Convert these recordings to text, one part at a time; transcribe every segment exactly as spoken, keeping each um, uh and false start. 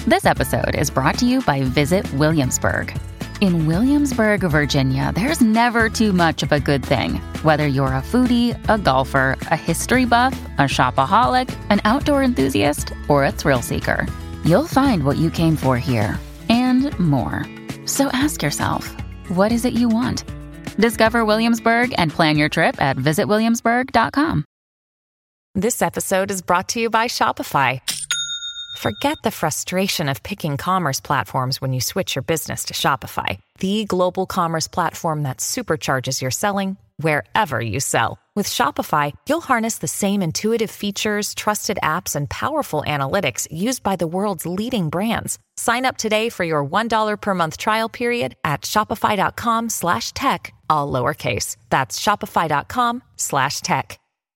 This episode is brought to you by Visit Williamsburg. In Williamsburg, Virginia, there's never too much of a good thing. Whether you're a foodie, a golfer, a history buff, a shopaholic, an outdoor enthusiast, or a thrill seeker, you'll find what you came for here and more. So ask yourself, what is it you want? Discover Williamsburg and plan your trip at visit williamsburg dot com. This episode is brought to you by Shopify. Forget the frustration of picking commerce platforms when you switch your business to Shopify, the global commerce platform that supercharges your selling wherever you sell. With Shopify, you'll harness the same intuitive features, trusted apps, and powerful analytics used by the world's leading brands. Sign up today for your one dollar per month trial period at shopify.com slash tech, all lowercase. That's shopify.com slash tech.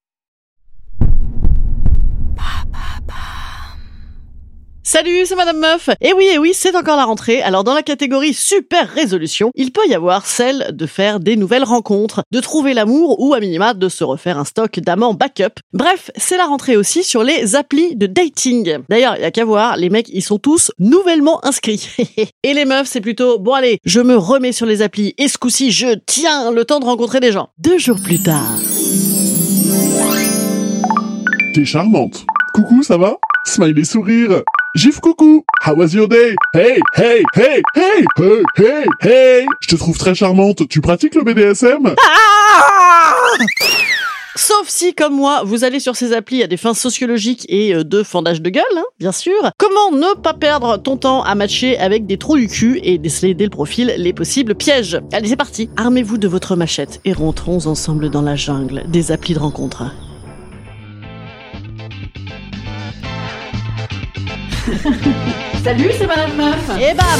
Salut, c'est Madame Meuf. Et oui, et oui, c'est encore la rentrée. Alors dans la catégorie super résolution, il peut y avoir celle de faire des nouvelles rencontres, de trouver l'amour ou à minima de se refaire un stock d'amants backup. Bref, c'est la rentrée aussi sur les applis de dating. D'ailleurs, il y a qu'à voir, les mecs, ils sont tous nouvellement inscrits. Et les meufs, c'est plutôt, bon allez, je me remets sur les applis et ce coup-ci, je tiens le temps de rencontrer des gens. Deux jours plus tard. T'es charmante. Coucou, ça va? Smiley sourire. Gif coucou. How was your day? Hey, hey, hey, hey, hey, hey, hey. Je te trouve très charmante. Tu pratiques le B D S M? Ah Sauf si, comme moi, vous allez sur ces applis à des fins sociologiques et euh, de fendage de gueule, hein, bien sûr. Comment ne pas perdre ton temps à matcher avec des trous du cul et déceler dès le profil les possibles pièges? Allez, c'est parti. Armez-vous de votre machette et rentrons ensemble dans la jungle des applis de rencontre. Salut, c'est Madame Meuf. Et bam.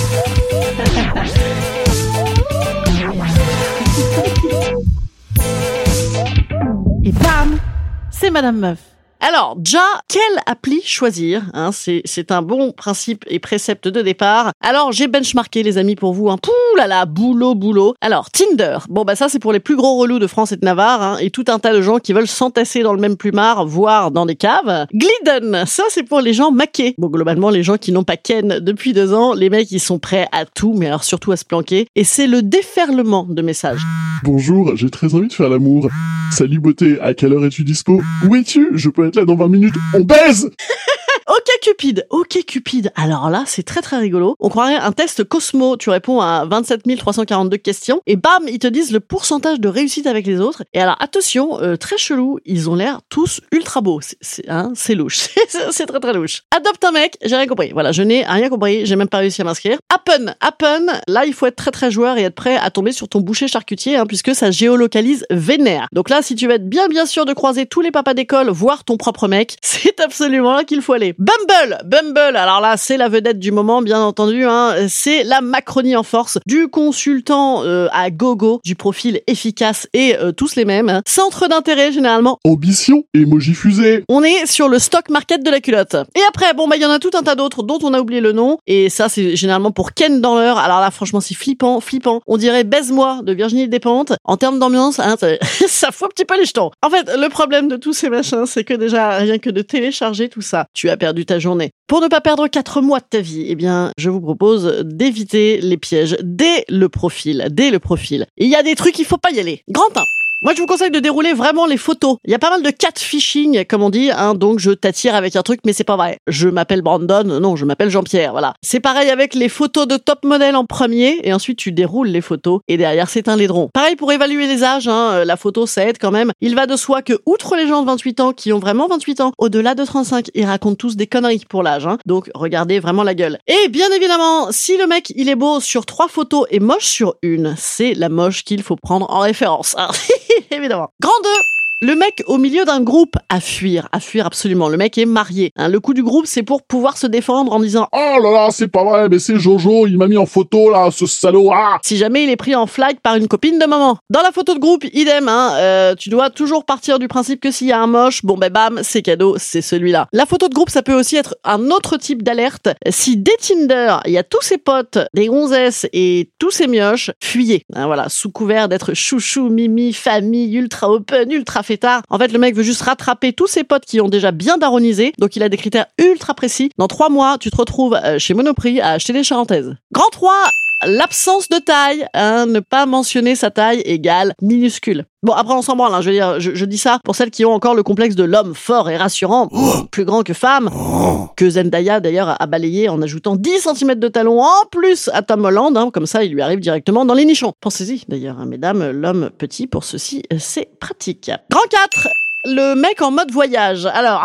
Et bam, c'est Madame Meuf. Alors, déjà, quelle appli choisir, hein, c'est, c'est un bon principe et précepte de départ. Alors, j'ai benchmarké, les amis, pour vous, hein. Pouh là là, boulot, boulot. Alors, Tinder. Bon, bah, ça, c'est pour les plus gros relous de France et de Navarre, hein, et tout un tas de gens qui veulent s'entasser dans le même plumard, voire dans des caves. Glidden. Ça, c'est pour les gens maqués. Bon, globalement, les gens qui n'ont pas ken depuis deux ans, les mecs, ils sont prêts à tout, mais alors surtout à se planquer. Et c'est le déferlement de messages. Bonjour, j'ai très envie de faire l'amour. Salut beauté, à quelle heure es-tu dispo? Où es-tu? Je peux être là dans vingt minutes. On baise! Ok Cupid, ok Cupid. Alors là, c'est très très rigolo. On croirait un test Cosmo. Tu réponds à vingt-sept mille trois cent quarante-deux questions et bam, ils te disent le pourcentage de réussite avec les autres. Et alors attention, euh, très chelou, ils ont l'air tous ultra beaux. C'est, c'est, hein, c'est louche, c'est, c'est très très louche. Adopte un mec, j'ai rien compris. Voilà, je n'ai rien compris, j'ai même pas réussi à m'inscrire. Happen, Happen. Là, il faut être très très joueur et être prêt à tomber sur ton boucher charcutier, hein, puisque ça géolocalise vénère. Donc là, si tu veux être bien bien sûr de croiser tous les papas d'école, voire ton propre mec, c'est absolument là qu'il faut aller. Bumble, Bumble, alors là c'est la vedette du moment bien entendu, hein. C'est la Macronie en force, du consultant euh, à gogo, du profil efficace et euh, tous les mêmes, hein. Centre d'intérêt généralement. Ambition, emoji fusée. On est sur le stock market de la culotte. Et après, bon bah il y en a tout un tas d'autres dont on a oublié le nom, et ça c'est généralement pour Ken dans l'heure. Alors là franchement c'est flippant, flippant. On dirait Baise-moi de Virginie Despentes. En termes d'ambiance, hein, ça, ça fout un petit peu les jetons. En fait, le problème de tous ces machins, c'est que déjà rien que de télécharger tout ça, tu as perdu ta journée. Pour ne pas perdre quatre mois de ta vie, eh bien, je vous propose d'éviter les pièges dès le profil, dès le profil. Il y a des trucs, il faut pas y aller. Grand un. Moi, je vous conseille de dérouler vraiment les photos. Il y a pas mal de catfishing, comme on dit, hein, donc je t'attire avec un truc, mais c'est pas vrai. Je m'appelle Brandon, non, je m'appelle Jean-Pierre, voilà. C'est pareil avec les photos de top modèle en premier, et ensuite tu déroules les photos, et derrière c'est un laidron. Pareil pour évaluer les âges, hein, la photo ça aide quand même. Il va de soi que, outre les gens de vingt-huit ans qui ont vraiment vingt-huit ans, au-delà de trente-cinq, ils racontent tous des conneries pour l'âge, hein. Donc regardez vraiment la gueule. Et bien évidemment, si le mec il est beau sur trois photos et moche sur une, c'est la moche qu'il faut prendre en référence. Évidemment. Grand deux. Le mec au milieu d'un groupe, à fuir, à fuir absolument. Le mec est marié. Hein, le coup du groupe, c'est pour pouvoir se défendre en disant « Oh là là, c'est pas vrai, mais c'est Jojo, il m'a mis en photo là, ce salaud, ah !» Si jamais il est pris en flag par une copine de maman. Dans la photo de groupe, idem, hein, euh, tu dois toujours partir du principe que s'il y a un moche, bon ben bam, c'est cadeau, c'est celui-là. La photo de groupe, ça peut aussi être un autre type d'alerte. Si dès Tinder, il y a tous ses potes, des gonzesses et tous ses mioches, fuyez. Hein, voilà, sous couvert d'être chouchou, mimi, famille, ultra open, ultra fêtard. En fait, le mec veut juste rattraper tous ses potes qui ont déjà bien daronisé, donc il a des critères ultra précis. Dans trois mois, tu te retrouves chez Monoprix à acheter des charentaises. Grand trois, l'absence de taille, hein, ne pas mentionner sa taille égale minuscule. Bon, après, on s'en branle, hein, je veux dire, je, je dis ça pour celles qui ont encore le complexe de l'homme fort et rassurant, plus grand que femme, que Zendaya, d'ailleurs, a balayé en ajoutant dix centimètres de talon en plus à Tom Holland, hein, comme ça, il lui arrive directement dans les nichons. Pensez-y, d'ailleurs, hein, mesdames, l'homme petit, pour ceci, c'est pratique. Grand quatre, le mec en mode voyage. Alors,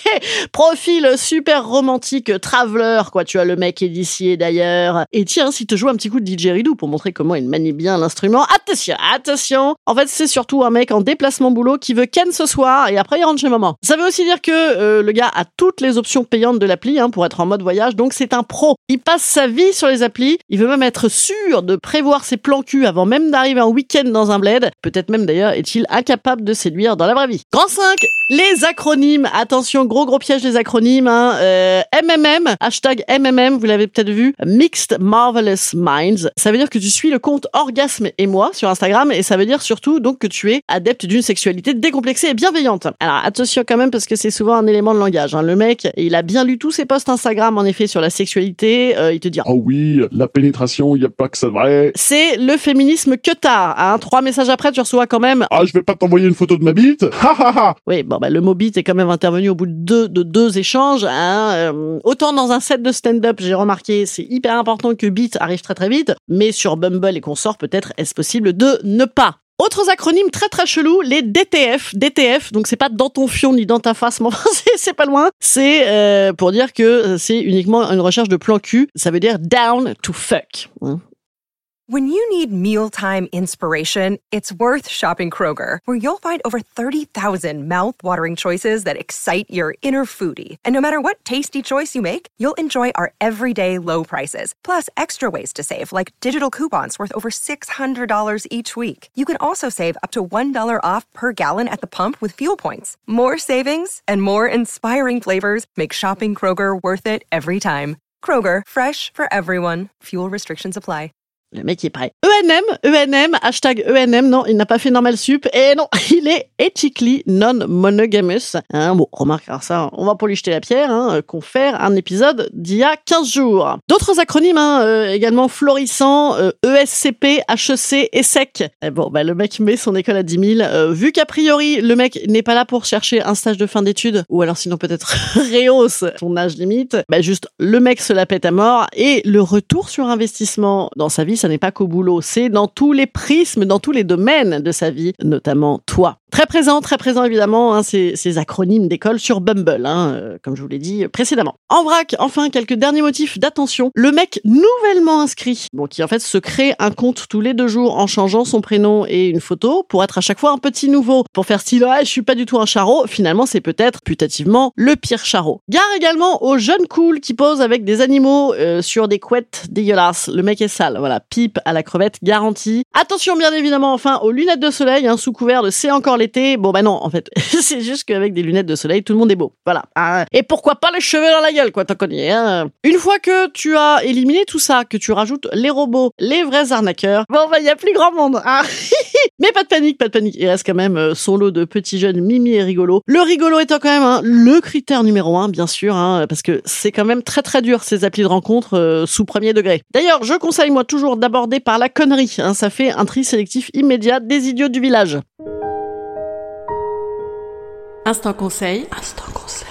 profil super romantique, traveler, quoi. Tu as le mec est d'ici et d'ailleurs. Et tiens, si te joue un petit coup de D J Ridou pour montrer comment il manie bien l'instrument. Attention, attention. En fait, c'est surtout un mec en déplacement boulot qui veut ken ce soir et après il rentre chez maman. Ça veut aussi dire que euh, le gars a toutes les options payantes de l'appli, hein, pour être en mode voyage. Donc c'est un pro. Il passe sa vie sur les applis. Il veut même être sûr de prévoir ses plans cul avant même d'arriver en week-end dans un bled. Peut-être même d'ailleurs est-il incapable de séduire dans la vraie vie. Grand cinq, les acronymes. Attention, gros gros piège des acronymes, hein. euh, M M M, hashtag M M M, vous l'avez peut-être vu, Mixed Marvelous Minds. Ça veut dire que tu suis le compte Orgasme et moi sur Instagram et ça veut dire surtout donc que tu es adepte d'une sexualité décomplexée et bienveillante. Alors attention quand même parce que c'est souvent un élément de langage, hein. Le mec, il a bien lu tous ses posts Instagram en effet sur la sexualité, euh, il te dit « Oh oui, la pénétration, il y a pas que ça de vrai. » C'est le féminisme que t'as, hein. Trois messages après, tu reçois quand même « Ah, je vais pas t'envoyer une photo de ma bite. Ha ha ha !» Oui, bon, bah, le mot bite est quand même intervenu au bout de deux, de deux échanges, hein. Euh, autant dans un set de stand-up, j'ai remarqué, c'est hyper important que bite arrive très très vite, mais sur Bumble et consorts, peut-être est-ce possible de ne pas. Autres acronymes très très chelous, les D T F. D T F, donc c'est pas dans ton fion ni dans ta face, mais enfin c'est, c'est pas loin. C'est euh, pour dire que c'est uniquement une recherche de plan cul. Ça veut dire down to fuck. Hein. When you need mealtime inspiration, it's worth shopping Kroger, where you'll find over thirty thousand mouth-watering choices that excite your inner foodie. And no matter what tasty choice you make, you'll enjoy our everyday low prices, plus extra ways to save, like digital coupons worth over six hundred dollars each week. You can also save up to one dollar off per gallon at the pump with fuel points. More savings and more inspiring flavors make shopping Kroger worth it every time. Kroger, fresh for everyone. Fuel restrictions apply. Le mec est prêt. E N M, E N M, hashtag E N M, non, il n'a pas fait normal sup, et non, il est ethically non-monogamous. Hein, bon, remarque, alors ça, on va pas lui jeter la pierre, hein, confère un épisode d'il y a quinze jours. D'autres acronymes, hein, euh, également florissants, euh, E S C P, H E C, E S S E C. Et bon, bah, le mec met son école à dix mille, euh, vu qu'a priori, le mec n'est pas là pour chercher un stage de fin d'études, ou alors sinon peut-être rehausse son âge limite, bah, juste, le mec se la pète à mort, et le retour sur investissement dans sa vie, ça n'est pas qu'au boulot, c'est dans tous les prismes, dans tous les domaines de sa vie, notamment toi. Très présent, très présent évidemment, hein, ces, ces acronymes d'école sur Bumble, hein, euh, comme je vous l'ai dit précédemment. En vrac, enfin, quelques derniers motifs d'attention. Le mec nouvellement inscrit, bon, qui en fait se crée un compte tous les deux jours en changeant son prénom et une photo pour être à chaque fois un petit nouveau, pour faire style, ah, je suis pas du tout un charreau, finalement c'est peut-être, putativement, le pire charreau. Gare également aux jeunes cool qui posent avec des animaux euh, sur des couettes dégueulasses. Le mec est sale, voilà, pipe à la crevette garantie. Attention bien évidemment, enfin, aux lunettes de soleil, hein, sous couvert de c'est encore l'été. Bon bah non, en fait, c'est juste qu'avec des lunettes de soleil, tout le monde est beau. Voilà. Ah, et pourquoi pas les cheveux dans la gueule, quoi, t'en connais, hein. Une fois que tu as éliminé tout ça, que tu rajoutes les robots, les vrais arnaqueurs, bon bah y a plus grand monde, hein. Mais pas de panique, pas de panique. Il reste quand même euh, son lot de petits jeunes mimi et rigolos. Le rigolo étant quand même hein, le critère numéro un, bien sûr, hein, parce que c'est quand même très très dur ces applis de rencontre euh, sous premier degré. D'ailleurs, je conseille moi toujours d'aborder par la connerie, hein, ça fait un tri sélectif immédiat des idiots du village. Instant conseil. Instant conseil.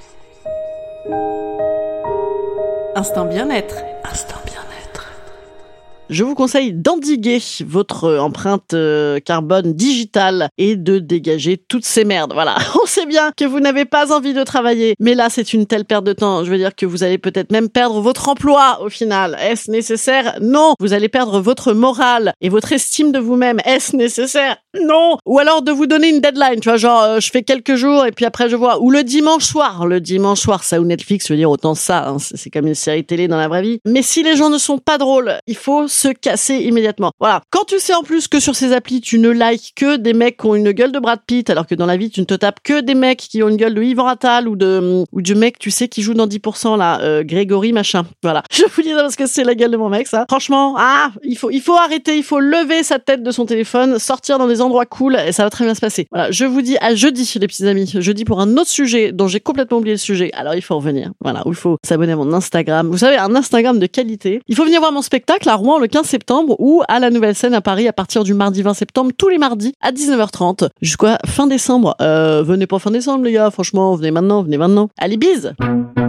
Instant bien-être. Instant bien-être. Je vous conseille d'endiguer votre empreinte carbone digitale et de dégager toutes ces merdes. Voilà, on sait bien que vous n'avez pas envie de travailler, mais là c'est une telle perte de temps. Je veux dire que vous allez peut-être même perdre votre emploi au final. Est-ce nécessaire? Non. Vous allez perdre votre morale et votre estime de vous-même. Est-ce nécessaire? Non. Ou alors de vous donner une deadline, tu vois, genre euh, je fais quelques jours et puis après je vois. Ou le dimanche soir. Le dimanche soir, ça ou Netflix, je veux dire autant ça, hein, c'est comme une série télé dans la vraie vie. Mais si les gens ne sont pas drôles, il faut se casser immédiatement. Voilà. Quand tu sais en plus que sur ces applis, tu ne likes que des mecs qui ont une gueule de Brad Pitt, alors que dans la vie, tu ne te tapes que des mecs qui ont une gueule de Yvan Attal ou de ou du mec, tu sais, qui joue dans dix pour cent là, euh, Grégory machin. Voilà. Je vous dis ça parce que c'est la gueule de mon mec, ça. Franchement, ah, il faut il faut arrêter, il faut lever sa tête de son téléphone, sortir dans des endroits cool et ça va très bien se passer. Voilà, je vous dis à jeudi, les petits amis. Jeudi pour un autre sujet dont j'ai complètement oublié le sujet. Alors, il faut revenir. Voilà, il faut s'abonner à mon Instagram. Vous savez, un Instagram de qualité. Il faut venir voir mon spectacle à Rouen le quinze septembre ou à la Nouvelle Scène à Paris à partir du mardi vingt septembre, tous les mardis à dix-neuf heures trente jusqu'à fin décembre. Euh, venez pas fin décembre, les gars. Franchement, venez maintenant, venez maintenant. Allez, bise!